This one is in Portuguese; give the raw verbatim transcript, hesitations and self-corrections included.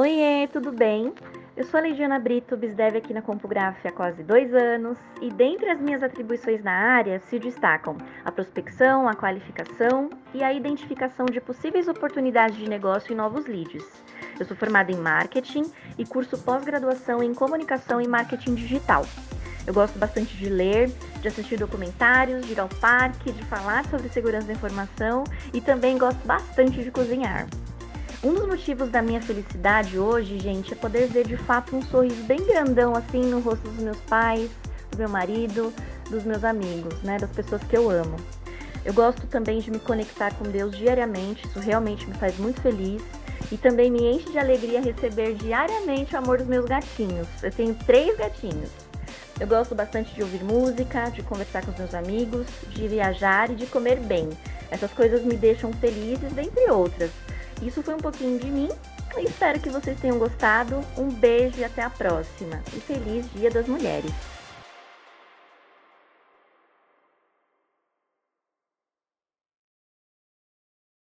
Oiê, tudo bem? Eu sou a Leidiana Brito, BizDev aqui na CompuGraph há quase dois anos e dentre as minhas atribuições na área se destacam a prospecção, a qualificação e a identificação de possíveis oportunidades de negócio e novos leads. Eu sou formada em marketing e curso pós-graduação em comunicação e marketing digital. Eu gosto bastante de ler, de assistir documentários, de ir ao parque, de falar sobre segurança da informação e também gosto bastante de cozinhar. Um dos motivos da minha felicidade hoje, gente, é poder ver de fato um sorriso bem grandão assim no rosto dos meus pais, do meu marido, dos meus amigos, né, das pessoas que eu amo. Eu gosto também de me conectar com Deus diariamente, isso realmente me faz muito feliz e também me enche de alegria receber diariamente o amor dos meus gatinhos. Eu tenho três gatinhos. Eu gosto bastante de ouvir música, de conversar com os meus amigos, de viajar e de comer bem. Essas coisas me deixam felizes, dentre outras. Isso foi um pouquinho de mim, e espero que vocês tenham gostado. Um beijo e até a próxima. E feliz Dia das Mulheres!